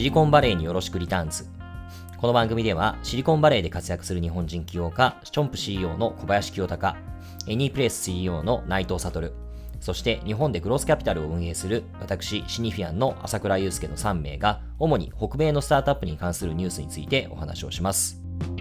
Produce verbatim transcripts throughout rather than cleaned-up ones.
シリコンバレーによろしくリターンズ。この番組ではシリコンバレーで活躍する日本人起業家、チョンプ シーイーオー の小林清隆、エニープレイス シーイーオー の内藤悟、そして日本でグロースキャピタルを運営する私シニフィアンの朝倉祐介のさん名が主に北米のスタートアップに関するニュースについてお話をします。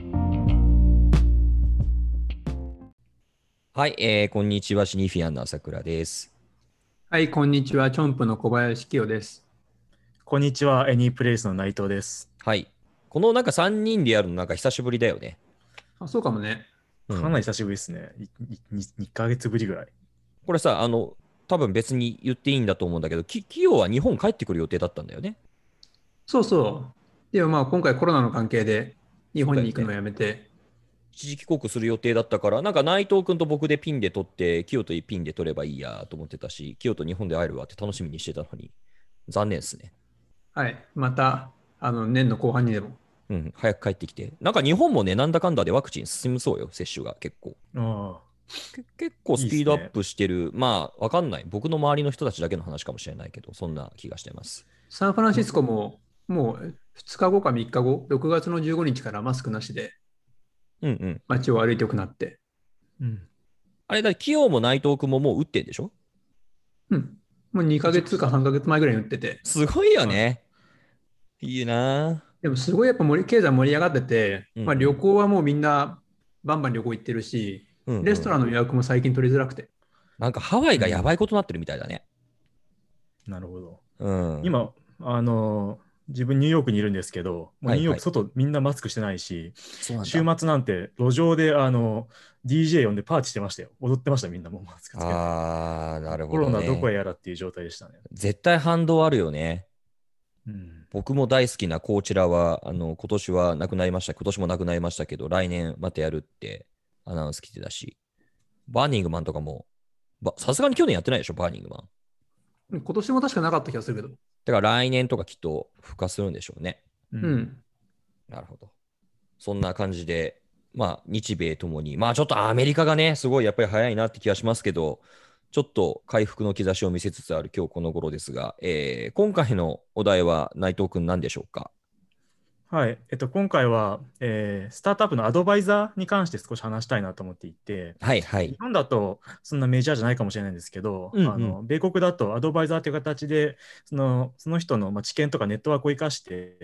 はい、えー、こんにちは、シニフィアンの朝倉です。 はい、こんにちは。チョンプの小林清です。 こんにちは、エニープレイスの内藤です。 はい。このなんかさんにんでやるのなんか久しぶりだよね。 あ、そうかもね。 かなり久しぶりですね。にかげつぶりぐらい。 これさ、あの、多分別に言っていいんだと思うんだけど、き企業は日本帰ってくる予定だったんだよね。 そうそう。でもまあ今回コロナの関係で日そうだよね。 本に行くのをやめて、 一時帰国する予定だったから、なんか内藤君と僕でピンで取って、清とピンで取ればいいやと思ってたし、清と日本で会えるわって楽しみにしてたのに、残念ですね。 はい、またあの年の後半にでも。 うん、早く帰ってきて。なんか日本もね、なんだかんだでワクチン進むそうよ、接種が結構。 ああ、 け結構スピードアップしてる。まあ、わかんない。僕の周りの人たちだけの話かもしれないけど、そんな気がしてます。 サンフランシスコももうふつかごかみっかご、ろくがつのじゅうごにちからマスクなしでうんうん。 街を歩いてよくなって。 うん。 あれだ、清も内藤君ももう打ってんでしょ？ うん。もうにかげつかさんかげつまえぐらいに打ってて。 すごいよはい。 ね。いいなでもすごいやっぱ盛り経済盛り上がってて、 ぁ。うんまあ、旅うん。 行はもうみんなバンバン旅行行ってるし、 うんうん。 レストランの予約も最近取りづらくて。 なんかハワイがやうん。 ばいことになってるみたいだね。 なるほど。 うん。 今、あの、自分ニューヨークにいるんですけど、もうニューヨークはいはい。 外みんなマスクしてないし、週そうなんだ。 末なんて路上であの ディージェー 呼んでパーティーしてましたよ。踊ってました、みんなもうマスクつけないで。 あー、なるほコロナどこへどね。 やらっていう状態でしたね。 絶対反動あるよね。 うん。 僕も大好きなこちらは、あの、今年はなくなりました。今年もなくなりましたけど、来年またやるってアナウンス来てたし、バーニングマンとかも、ばさすがに去年やってないでしょ、バーニングマン。 今年も確かなかった気がするけど。 だから来年とかきっと復活するんでしょうね。 うん。 うん。 なるほど。そんな感じで、まあ、日米ともに、まあ、ちょっとアメリカがね、すごいやっぱり早いなって気がしますけど、ちょっと回復の兆しを見せつつある今日この頃ですが、えー今回のお題は内藤君何でしょうか？ はい。えっと、今回は、えースタートアップのアドバイザーに関して少し話したいなと思っていて、 はいはい。 日本だとそんなメジャーじゃないかもしれないんですけど、 うんうん。 あの米国だとアドバイザーという形で、その、その人のまあ知見とかネットワークを生かして、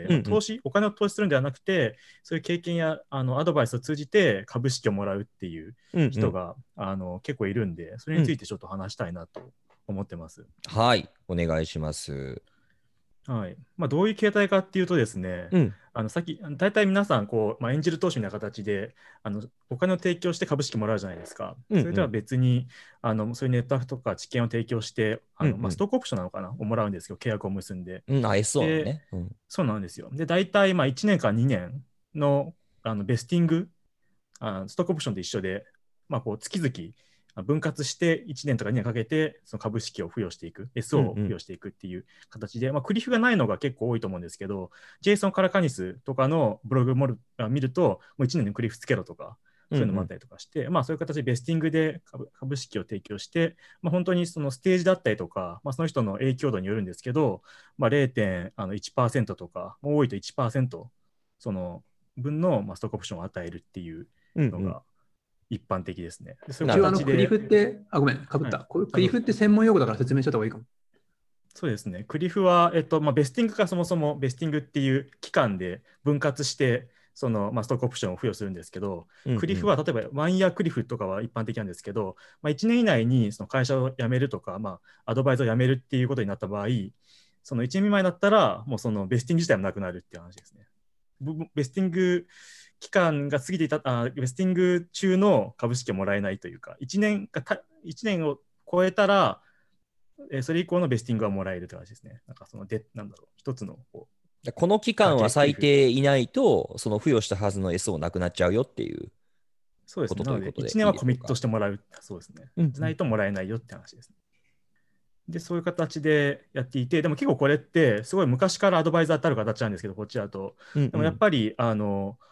まあ、 うんうん。 投資、お金を投資するんではなくて、そういう経験やあのアドバイスを通じて株式をもらうっていううんうん。 人があの結構いるんで、それうん。 についてちょっと話したいなと思ってます。 はい。お願いします。 はい。まあ、どういう形態かっていうとですね、 うん。 あのさっき、大体皆さんこう、まあ、エンジェル投資みたいな形であのお金を提供して株式もらうじゃないですか。 うんうそれとはん。 別にあのそういうネットワークとか知見を提供してあの、まあ、スうんトックオプションなのかなをもらうんですけど、契約を結んで。 うん。うん、あ、エスオー なので、 ね。うん。 そうなんですよ。で、大体まあいちねんかにねんの、あのベスティング、あストックオプションと一緒で、まあ、こう月々分割していちねんとかにねんかけてその株式を付与していく、 うエスオー をんうん。 付与していくっていう形で、まあ、クリフがないのが結構多いと思うんですけど、ジェイソン・カラカニスとかのブログも見ると、もういちねんでクリフつけろとか、 うんうん。 そういうのもあったりとかして、まあ、そういう形でベスティングで株株式を提供して、まあ、本当にそのステージだったりとか、まあ、その人の影響度によるんですけど、まあ、れいてんいちパーセントとか、多いといちパーセント、その分のまあストックオプションを与えるっていううんうん。 のが一般的ですね。でそういうなるほど。 一応あのクリフ形で、 って、あ、ごめん、かぶっはい、 た。これあ、どうぞ。 クリフって専門用語だから説明しちゃった方がいいかも。 そうですね。クリフは、えっとまあ、ベスティングがそもそもベスティングっていう期間で分割して、その、まあ、ストックオプションを付与するんですけど、クリフうんうん。 は例えばワンイヤークリフとかは一般的なんですけど、まあ、いちねん以内にその会社を辞めるとか、まあ、アドバイザーを辞めるっていうことになった場合、そのいちねん未満だったら、もうそのベスティング自体もなくなるっていう話ですね。ベスティング期間が過ぎていた、あベスティング中の株式をもらえないというか、いちねんがたいちねんを超えたら、えーそれ以降のベスティングはもらえるという感じですね。なんかそので、なんだろう、一つのこうこの期間は崖、クリ最フ。 低いないと、その付与したはずの エスオー なくなっちゃうよっていうそうですね。 ことなので、 ということで 1年はコミッいいでしょうか？ トしてもらう。そうですね。 うんうん。 じゃないともらえないよって話ですね。で、そういう形でやっていて、でも結構これって、すごい昔からアドバイザーってある形なんですけど、こっちだと。でもやっうんうん。 ぱり、あの、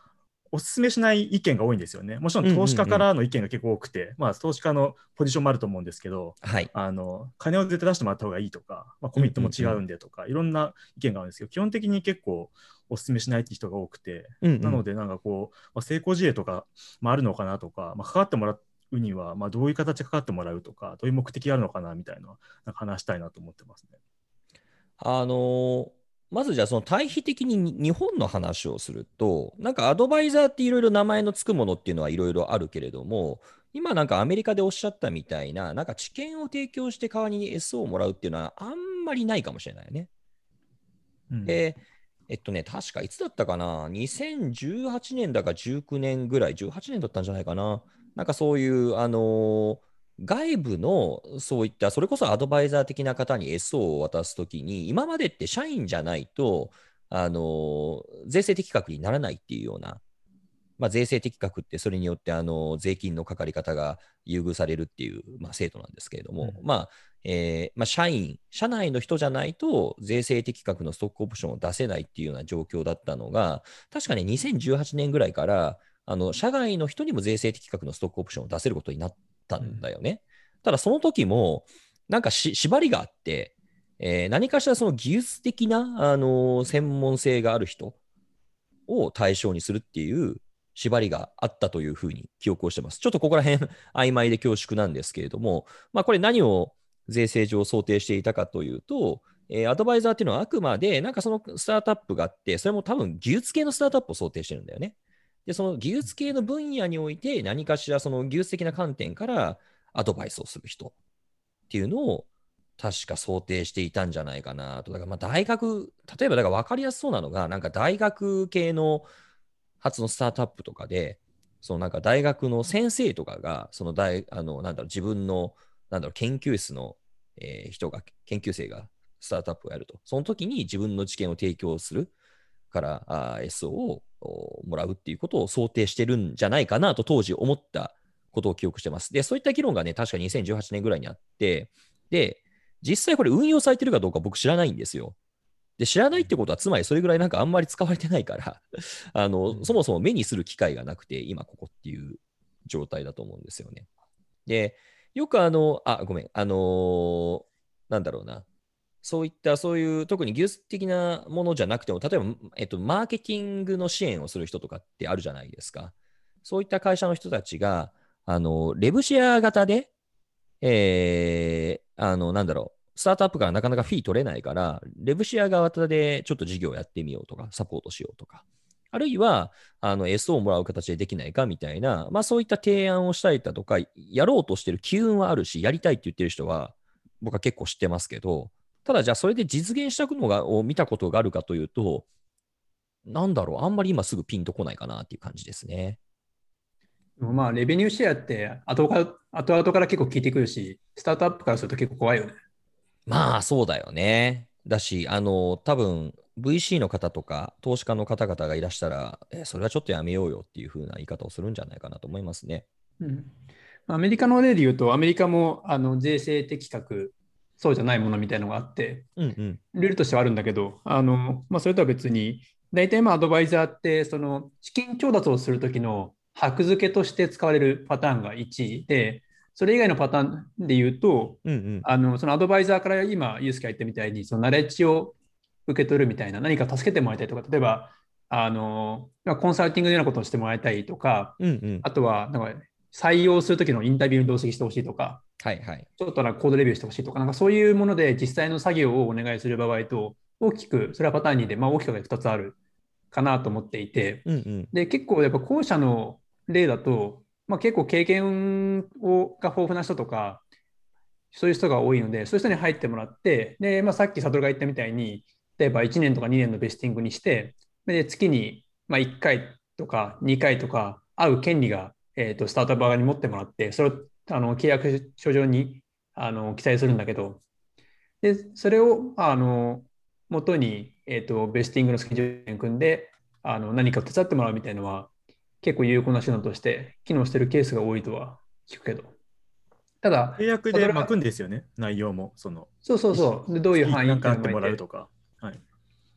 お勧めしない意見が多いんですよね。もちろん投資家からの意見が結構多くて、うんうんうん、まあ、投資家のポジションもあると思うんですけど、 はい、 あの金を絶対出してもらった方がいいとか、まあ、コミットも違うんでとか、うんうんうん、いろんな意見があるんですけど、基本的に結構お勧めしないって人が多くて、うんうん、なのでなんかこう、まあ、成功事例とかもあるのかなとか、まあ、関わってもらうには、まあ、どういう形で関わってもらうとか、どういう目的があるのかなみたいな、なんか話したいなと思ってますね。 あのーまずじゃあその対比的に日本の話をすると、なんかアドバイザーっていろいろ名前のつくものっていうのはいろいろあるけれども、今なんかアメリカでおっしゃったみたいな、なんか知見を提供して代わりに エスオー をもらうっていうのはあんまりないかもしれないよね。うん、で、えっとね、確かいつだったかな、にせんじゅうはちねんだかじゅうきゅうねんぐらい、じゅうはちねんだったんじゃないかな。なんかそういう、あのー外部のそういったそれこそアドバイザー的な方に エスオー を渡すときに、今までって社員じゃないと、あの税制適格にならないっていうような、まあ、税制適格ってそれによってあの税金のかかり方が優遇されるっていう、まあ、制度なんですけれども、うん、まあえーまあ、社員、社内の人じゃないと税制適格のストックオプションを出せないっていうような状況だったのが、確かににせんじゅうはちねんぐらいからあの社外の人にも税制適格のストックオプションを出せることになったんだよね。うん、ただその時もなんかし縛りがあって、えー、何かしらその技術的な、あのー、専門性がある人を対象にするっていう縛りがあったというふうに記憶をしてます。ちょっとここら辺曖昧で恐縮なんですけれども、まあ、これ何を税制上想定していたかというと、えー、アドバイザーっていうのはあくまでなんかそのスタートアップがあって、それも多分技術系のスタートアップを想定してるんだよね。で、その技術系の分野において何かしらその技術的な観点からアドバイスをする人っていうのを確か想定していたんじゃないかなと。だからまあ大学、例えばだから分かりやすそうなのが、なんか大学系の初のスタートアップとかで、そのなんか大学の先生とかが、その大、あの、なんだろう、自分の、なんだろう、研究室の、えー人が、研究生がスタートアップをやると。その時に自分の知見を提供するから、あ エスオー をもらうっていうことを想定してるんじゃないかなと当時思ったことを記憶してます。で、そういった議論がね、確かにせんじゅうはちねんぐらいにあって、で、実際これ運用されてるかどうか僕知らないんですよ。で、知らないってことは、つまりそれぐらいなんかあんまり使われてないからあの、うん、そもそも目にする機会がなくて、今ここっていう状態だと思うんですよね。で、よくあの、あ、ごめん、あのー、なんだろうな。そういった、そういう、特に技術的なものじゃなくても、例えば、えっと、マーケティングの支援をする人とかってあるじゃないですか。そういった会社の人たちが、あの、レブシェア型で、えー、あの、なんだろう、スタートアップからなかなかフィー取れないから、レブシェア側でちょっと事業やってみようとか、サポートしようとか、あるいは、あの、エスオー をもらう形でできないかみたいな、まあそういった提案をしたりだとか、やろうとしてる機運はあるし、やりたいって言ってる人は、僕は結構知ってますけど、ただじゃあそれで実現したのがを見たことがあるかというと、なんだろう、あんまり今すぐピンとこないかなっていう感じですね。 まあ、レベニューシェアって後から後々から結構効いてくるし、スタートアップからすると結構怖いよね。 まあ、そうだよね。だし、あの、多分 ブイシー の方とか、投資家の方々がいらしたら、え、それはちょっとやめようよっていう風な言い方をするんじゃないかなと思いますね。 うん、アメリカの例で言うと、アメリカもあの税制適格、そうじゃないものみたいなのがあって、 うんうん、 ルールとしてはあるんだけど、あのまあ、それとは別に、大体まあアドバイザーって、その資金調達をするときの箔付けとして使われるパターンがいちいで、それ以外のパターンで言うと、 うんうん、 あのそのアドバイザーから今、ユースケが言ったみたいに、そのナレッジを受け取るみたいな、何か助けてもらいたいとか、例えば、あのコンサルティングのようなことをしてもらいたいとか、 うんうん、 あとはなんか採用するときのインタビューに同席してほしいとか、 はいはい。 ちょっとなんかコードレビューしてほしいとか、なんかそういうもので実際の作業をお願いする場合と、大きく、それはパターンにで、まあ、大きくふたつあるかなと思っていて、 うんうん、 で、結構やっぱ後者の例だと、まあ、結構経験をが豊富な人とか、そういう人が多いので、そういう人に入ってもらって、で、まあ、さっき悟が言ったみたいに、例えばいちねんとかにねんのベスティングにして、で月にまあいっかいとかにかいとか会う権利が、えー、とスタートアップ側に持ってもらって、それをあの契約書上にあの記載するんだけど、でそれをあの元に、えー、とベスティングのスケジュールに組んであの何かを手伝ってもらうみたいなのは結構有効な手段として機能しているケースが多いとは聞くけど、ただ、 契約それはで巻くんですよね、内容も。そのそうそうそう、でどういう月範囲何回あってもっていうのを巻いて、 らうとか。はい。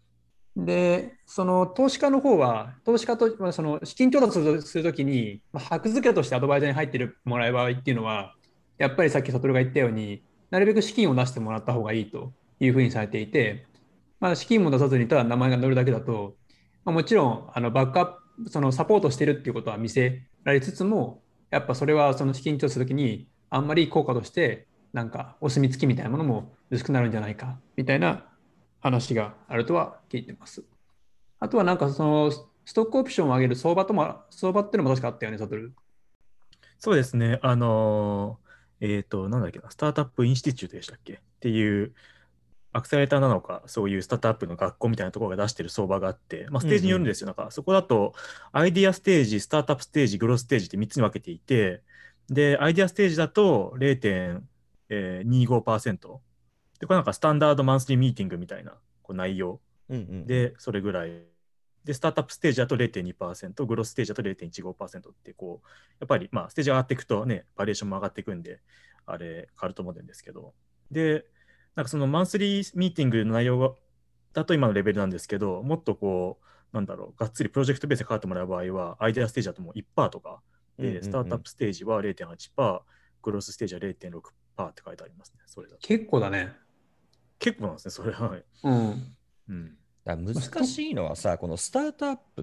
で、その投資家の方は、投資家と、まあ、その資金調達するときに、まあ、箔付けとしてアドバイザーに入ってるもらう場合っていうのは、やっぱりさっき悟が言ったように、なるべく資金を出してもらった方がいいというふうにされていて、まあ、資金も出さずにただ名前が載るだけだと、まあ、もちろんあのバックアップ、そのサポートしてるっていうことは見せられつつも、やっぱそれはその資金調達するときに、あんまり効果として、なんかお墨付きみたいなものも薄くなるんじゃないかみたいな話があるとは聞いてます。あとはなんかそのストックオプションを上げる相場とも、相場っていうのも確かあったよね、サトル。 そうですね。あのーえっと、なんだっけな、スタートアップインスティチュートでしたっけっていう、アクセラレーターなのか、そういうスタートアップの学校みたいなところが出してる相場があって、まあ、ステージによるんですよ。なんかそこだと、アイディアステージ、スタートアップステージ、グロースステージってみっつに分けていて、で、アイディアステージだと れいてんにごパーセント。で、これなんかスタンダードマンスリーミーティングみたいなこう内容うんうんうんで、それぐらい。で、スタートアップステージだと れいてんにパーセント、グロースステージだと れいてんいちごパーセント って、こう、やっぱり、まあ、ステージ上がっていくとね、バリエーションも上がっていくんで、あれ、変わると思うんですけど。で、なんかそのマンスリーミーティングの内容がだと今のレベルなんですけど、もっとこう、なんだろう、がっつりプロジェクトベースで関わってもらう場合は、アイデアステージだともういちパーセントとか、で、 うんうんうんスタートアップステージは れいてんはちパーセント、グロースステージは れいてんろくパーセント って書いてありますね、それだと。 結構だね。 結構なんですね、それは。はい。 うん。 うん。 だからまあ、ストッ難しいのはさ、このスタートアップって、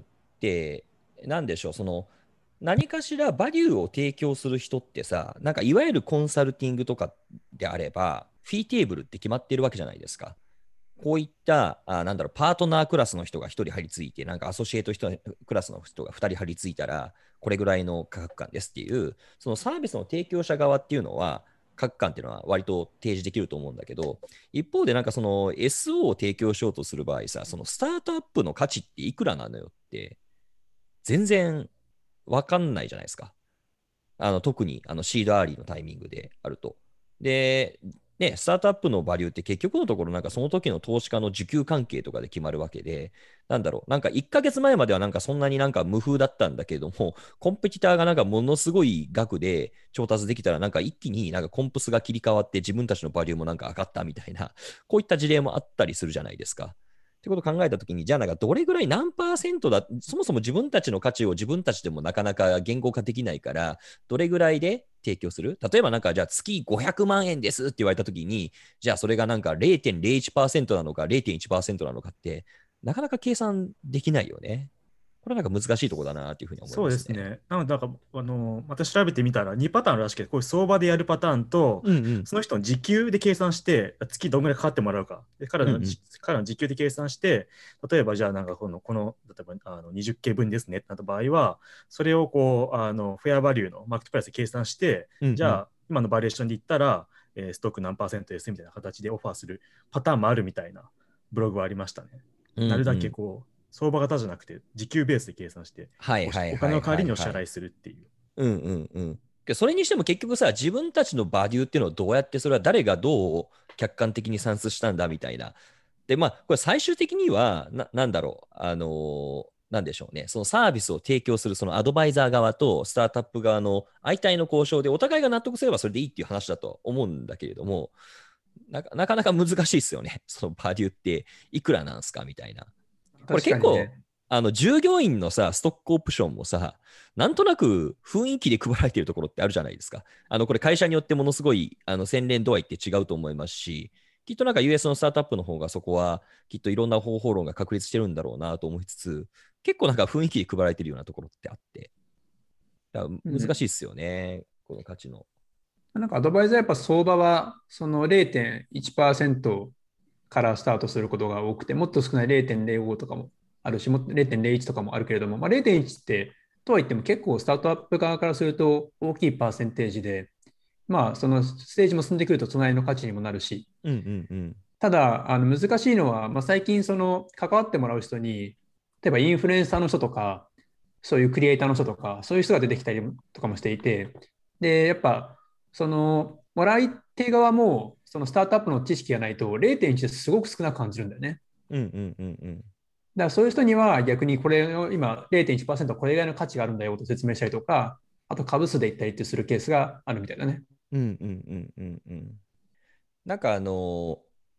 なんでしょう、その、何かしらバリューを提供する人ってさ、なんかいわゆるコンサルティングとかであれば、フィーテーブルって決まってるわけじゃないですか。こういった、あ、なんだろう、パートナークラスの人がひとり張り付いて、なんかアソシエイト人クラスの人がふたり張り付いたら、これぐらいの価格感ですっていう、そのサービスの提供者側っていうのは、価格感っていうのは割と提示できると思うんだけど、一方でなんかその エスオー を提供しようとする場合さ、そのスタートアップの価値っていくらなのよって、全然わかんないじゃないですか。あの特にあのシードアーリーのタイミングであると。で、ね、スタートアップのバリューって結局のところ、なんかその時の投資家の需給関係とかで決まるわけで、なんだろう、なんかいっかげつまえまではなんかそんなになんか無風だったんだけれども、コンペティターがなんかものすごい額で調達できたら、なんか一気になんかコンプスが切り替わって自分たちのバリューもなんか上がったみたいな、こういった事例もあったりするじゃないですか。ってことを考えたときに、じゃあなんかどれぐらい何パーセントだ、そもそも自分たちの価値を自分たちでもなかなか言語化できないから、どれぐらいで提供する？例えばなんかじゃあ月ごひゃくまんえんですって言われたときに、じゃあそれがなんか れいてんれいいちパーセント なのか れいてんいちパーセント なのかって、なかなか計算できないよね。これなんか難しいところだなというふうに思いそうますね。 ですね。なので、なんか、あの、また調べてみたらにパターンあるらしくて、こういう相場でやるパターンと、 うんうん。 その人の時給で計算して、月どんぐらいかかってもらうか。で、彼うんうんのじ、彼の時給で計算して、例えばじゃあ、なんかこの、この、例えばあのにじゅっけいぶんですねってなった場合は、それをこう、あの、フェアバリューのマーケットプライスで計算して、 うんうんじゃあ、今のバリエーションで言ったら、えーストック何パーセントですみたいな形でオファーするパターンもあるみたいなブログはありましたね。 うんなるだうん。 けこう、相場型じゃなくて、時給ベースで計算して、 はいはいお金はいの代わりにお支はいはい。 払いするっていう。 うんうんうん。けどそれにしても結局さ、自分たちのバリューっていうのをどうやって、それは誰がどう客観的に算出したんだみたいな。で、まあ、これ最終的には、な、なんだろう、あのーなんでしょうね、そのサービスを提供するそのアドバイザー側とスタートアップ側の相対の交渉で、お互いが納得すればそれでいいっていう話だと思うんだけれども、なかなかなか難しいですよね。そのバリューっていくらなんすかみたいな。これ結構、 確かにね。 あの従業員のさ、ストックオプションもさ、なんとなく雰囲気で配られているところってあるじゃないですか。あのこれ会社によってものすごいあの洗練度合いって違うと思いますし、きっとなんか ユーエス のスタートアップの方がそこはきっといろんな方法論が確立してるんだろうなと思いつつ、結構なんか雰囲気で配られてるようなところってあって、だからうん。 難しいですよね、この価値の。 なんかアドバイザーやっぱ相場はそのれいてんいちパーセントからスタートすることが多くて、もっと少ないれいてんれいごとかもあるし、もっとれいてんれいいちとかもあるけれども、まあ、れいてんいちって、とはいっても結構スタートアップ側からすると大きいパーセンテージで、まあそのステージも進んでくると隣の価値にもなるし、 うんうんうん。 ただあの難しいのは、まあ、最近その関わってもらう人に、例えばインフルエンサーの人とか、そういうクリエイターの人とか、そういう人が出てきたりとかもしていて、で、やっぱ、その、もらい手側も、そのスタートアップの知識がないとれいてんいちですごく少なく感じるんだよね。 うんうんうんうん。 だからそういう人には逆にこれの今れいてんいちパーセントこれ以外の価値があるんだよと説明したりとか、あと株数で言ったりってするケースがあるみたいだね。 うんうんうんうんうん。なんかあのー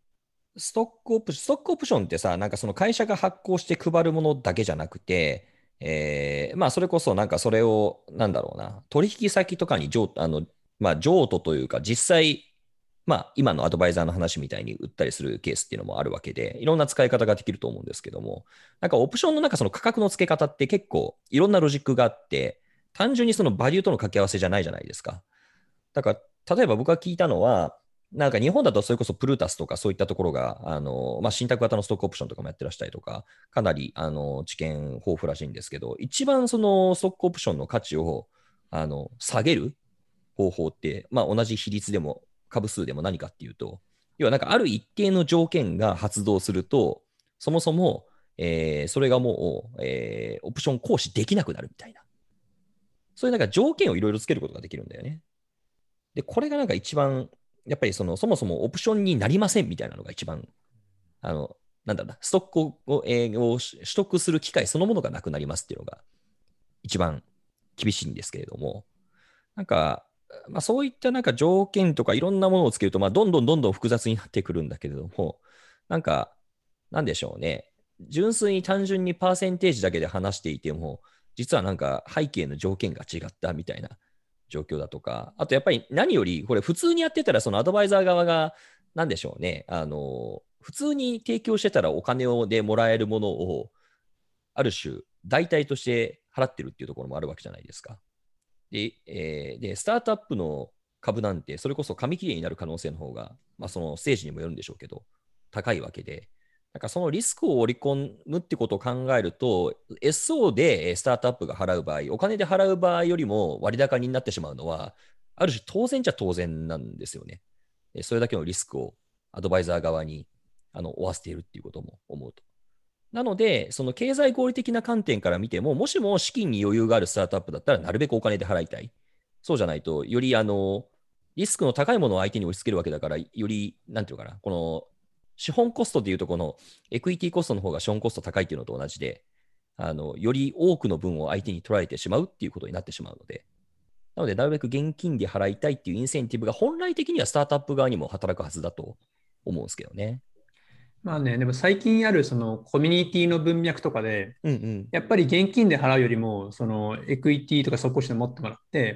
ストックオプション、ストックオプションってさ、なんかその会社が発行して配るものだけじゃなくて、えーまあそれこそなんかそれを、なんだろうな、取引先とかに譲あの、まあ譲渡というか、実際、まあ今のアドバイザーの話みたいに売ったりするケースっていうのもあるわけで、いろんな使い方ができると思うんですけども、なんかオプションのなんかその価格の付け方って結構いろんなロジックがあって、単純にそのバリューとの掛け合わせじゃないじゃないですか。だから、例えば僕が聞いたのは、なんか日本だとそれこそプルータスとかそういったところが、あの、まあ、信託型のストックオプションとかもやってらしたりとか、かなり、あの、知見豊富らしいんですけど、一番そのストックオプションの価値を、あの、下げる方法って、まあ、同じ比率でも株数でも何かっていうと、要はなんかある一定の条件が発動すると、そもそも、えーそれがもう、えーオプション行使できなくなるみたいな。そういうなんか条件をいろいろつけることができるんだよね。で、これがなんか一番、やっぱりその、そもそもオプションになりませんみたいなのが一番、あの、なんだろうな、ストックを、えーを取得する機会そのものがなくなりますっていうのが一番厳しいんですけれども、なんか、まあ、そういったなんか条件とかいろんなものをつけると、まあ、どんどんどんどん複雑になってくるんだけれども、なんか、なんでしょうね。純粋に単純にパーセンテージだけで話していても、実はなんか背景の条件が違ったみたいな状況だとか、あとやっぱり何より、これ普通にやってたら、そのアドバイザー側が、なんでしょうね。あの、普通に提供してたらお金をでもらえるものを、ある種、代替として払ってるっていうところもあるわけじゃないですか。で、えーで、スタートアップの株なんて、それこそ紙切れになる可能性の方が、まあ、そのステージにもよるんでしょうけど、高いわけで、なんかそのリスクを織り込むってことを考えると、エスオー でスタートアップが払う場合、お金で払う場合よりも割高になってしまうのは、ある種当然じゃ当然なんですよね。それだけのリスクをアドバイザー側にあの負わせているっていうことも思うと。なので、その経済合理的な観点から見ても、もしも資金に余裕があるスタートアップだったら、なるべくお金で払いたい。そうじゃないと、よりあのリスクの高いものを相手に押し付けるわけだから、より、なんていうかな、この資本コストでいうと、このエクイティコストの方が資本コスト高いっていうのと同じで、あのより多くの分を相手に取られてしまうっていうことになってしまうので、なので、なるべく現金で払いたいっていうインセンティブが本来的にはスタートアップ側にも働くはずだと思うんですけどね。 まあね、でも最近あるそのコミュニティの文脈とかで、 うんうん。 やっぱり現金で払うよりも、そのエクイティとか速攻して持ってもらって、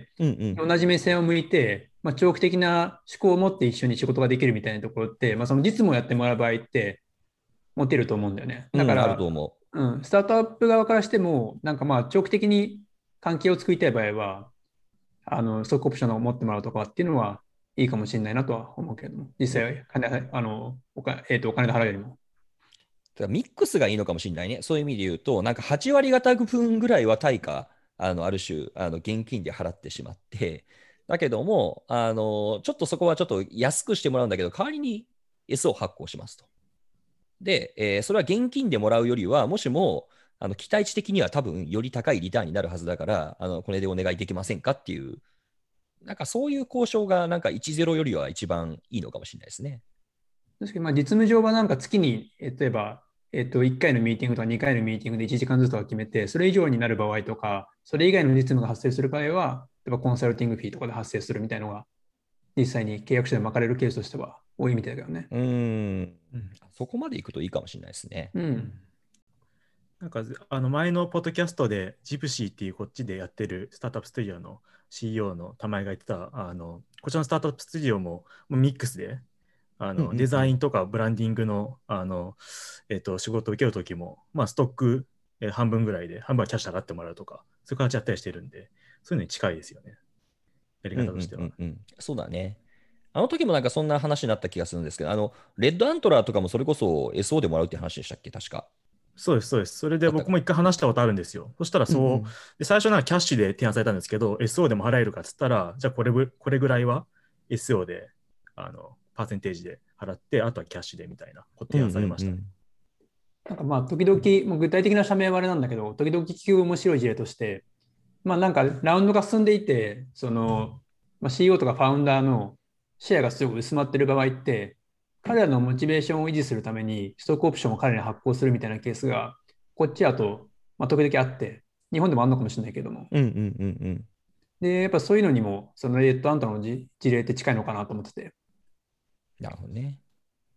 うんうん。 同じ目線を向いて、まあ、長期的な思考を持って一緒に仕事ができるみたいなところって、まあ、その実務をやってもらう場合って持てると思うんだよね。だうん、あるとから、 思うん、スタートアップ側からしても、なんかまあ長期的に関係を作りたい場合は、あのストックオプションを持ってもらうとかっていうのはいいかもしれないなとは思うけれども、実際金、あのおかえーと、お金で払うよりも。 う。ミックスがいいのかもしれないね。そういう意味で言うと、なんかはち割方分ぐらいは対価、あのある種、あの現金で払ってしまって、だけども、あのちょっとそこはちょっと安くしてもらうんだけど、代わりに エス を発行しますと。で、えーそれは現金でもらうよりは、もしも、あの期待値的には多分より高いリターンになるはずだから、あのこれでお願いできませんかっていう、なんかそういう交渉がなんかいちゼロよりは一番いいのかもしれないですね。 確かにまあ実務上はなんか月に、例えば、えっと、いっかいのミーティングとかにかいのミーティングでいちじかんずつとか決めて、それ以上になる場合とか、それ以外の実務が発生する場合は、例えばコンサルティングフィーとかで発生するみたいなのが、実際に契約書で巻かれるケースとしては多いみたいだけどね。 うーん、 うん。 そこまでいくといいかもしれないですね。 う。 うんん。なんかずあの前のポッドキャストでジプシーっていうこっちでやってるスタートアップスタジオの シーイーオー の玉井が言ってたあのこちらのスタートアップスタジオももうミックスであうんうんうんのデザインとかブランディングの、あの、えっと、仕事を受けるときも、まあ、ストック、えー半分ぐらいで半分はキャッシュ上がってもらうとかそういう形やったりしてるんでそういうのに近いですよねやりうんうん方としては。 うんうん。そうだね。あの時もなんかそんな話になった気がするんですけど、あの、レッドアントラーとかもそれこそ エスオー でもらうって話でしたっけ、確か。 そうです、そうです。それでだったか。 僕も一回話したことあるんですよ。そしたらそう、 うんうん。 で最初なんかキャッシュで提案されたんですけど、エスオー でも払えるかっつったら、じゃあこれぐこれぐらいは エスオー で、あの、パーセンテージで払って、あとはキャッシュでみたいなごうんう提案されましたね。 んうん。 なんかまあ、時々、もう具体的な社名はあれなんだけど、時々聞く面白い事例として、まあなんかラウンドが進んでいて、その、まあ、シーイーオー とかファウンダーのシェアがすごく薄まってる場合って、彼らのモチベーションを維持するためにストックオプションを彼らに発行するみたいなケースが、こっちだと、まあ、時々あって、日本でもあるのかもしれないけども。 うんうんうんうん。 で、やっぱそういうのにも、そのレッドアントの事事例って近いのかなと思ってて。 なるほどね。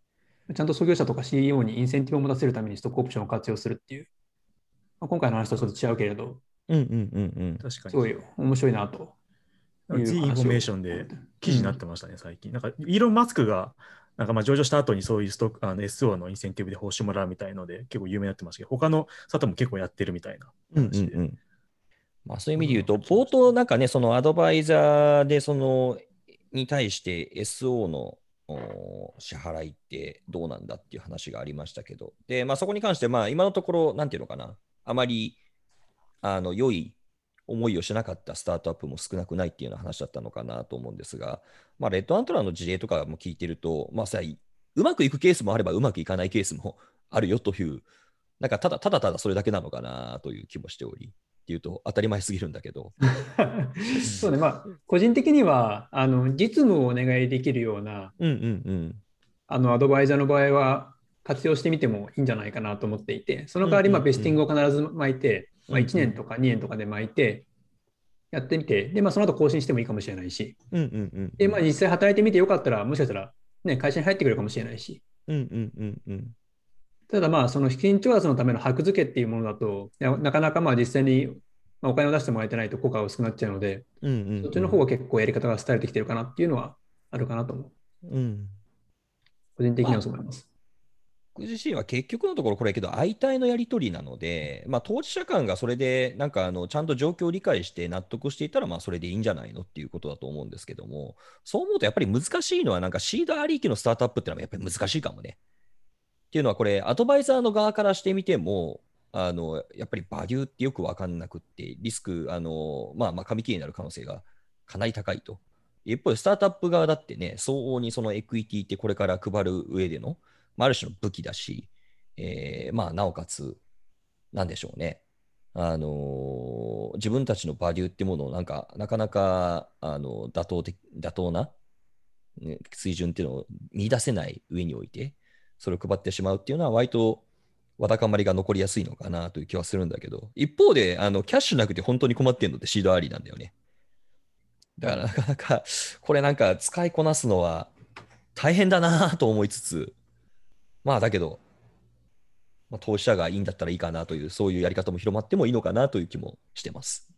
ちゃんと創業者とか シーイーオー にインセンティブを持たせるためにストックオプションを活用するっていう、まあ、今回の話とちょっと違うけれど、 うんうんうんうん。 確かに。 すごい面白いなという話を。 ジーインフォメーションで記事になってましたね、うん、最近。なんか、イーロン・マスクが、なんかまあ上場した後にそういうストックあの エスオー のインセンティブで報酬もらうみたいので、結構有名になってましたけど、他のサトも結構やってるみたいな話で。 うんうんうん、まあ、そういう意味で言うと、冒頭なんかね、そのアドバイザーで、その、に対して エスオー の支払いってどうなんだっていう話がありましたけど、で、まあ、そこに関して、まあ、今のところ、なんていうのかな、あまり、あの、良い思いをしなかったスタートアップも少なくないっていうような話だったのかなと思うんですが、まあ、レッドアントラーの事例とかも聞いてると、まあさ、うまくいくケースもあればうまくいかないケースもあるよという、なんかただただただそれだけなのかなという気もしており、っていうと当たり前すぎるんだけど。 そうね、まあ、個人的には、あの、実務をお願いできるような、 うんうんうん。 あの、アドバイザーの場合は、活用してみてもいいんじゃないかなと思っていて、そのうん代わり、まあ、 うんうんベスティングを必ず巻いて、まあ、 うんうんいちねんとかにねんとかで巻いて、やってみて、で、まあ、その後更新してもいいかもしれないし、 うんうんうんで、まあ、実際働いてみてよかったら、もしかしたら、ね、会社に入ってくるかもしれないし、 うんうんうんうんただまあ、その資金調達のための箔付けっていうものだと、いやなかなかまあ実際にまあお金を出してもらえてないと効果が薄くなっちゃうので、 うんうんそっちの方は結構やり方が廃れてきてるかなっていうのはあるかなと思う。 うん。 個人的にはまあ、 そう思います。 僕自身は結局のところこれやけど相対のやり取りなので、まあ、当事者間がそれでなんかあのちゃんと状況を理解して納得していたらまあそれでいいんじゃないのっていうことだと思うんですけども、そう思うとやっぱり難しいのはなんかシードありきのスタートアップってのはやっぱり難しいかもね。っていうのはこれアドバイザーの側からしてみてもあのやっぱりバリューってよく分かんなくってリスクあの、まあ、まあ紙切れになる可能性がかなり高いと。一方でスタートアップ側だってね相応にそのエクイティってこれから配る上での、まあ、ある種の武器だし、えーまあ、なおかつなんでしょうね。あのー自分たちのバリューってものをなんかなかなかあの妥当的妥当な、ね、水準っていうのを見出せない上においてそれを配ってしまうっていうのは割とわだかまりが残りやすいのかなという気はするんだけど、一方であのキャッシュなくて本当に困ってるのってシードありなんだよね。だからなかなかこれなんか使いこなすのは大変だなと思いつつ、まあだけど、まあ、投資者がいいんだったらいいかなというそういうやり方も広まってもいいのかなという気もしてます。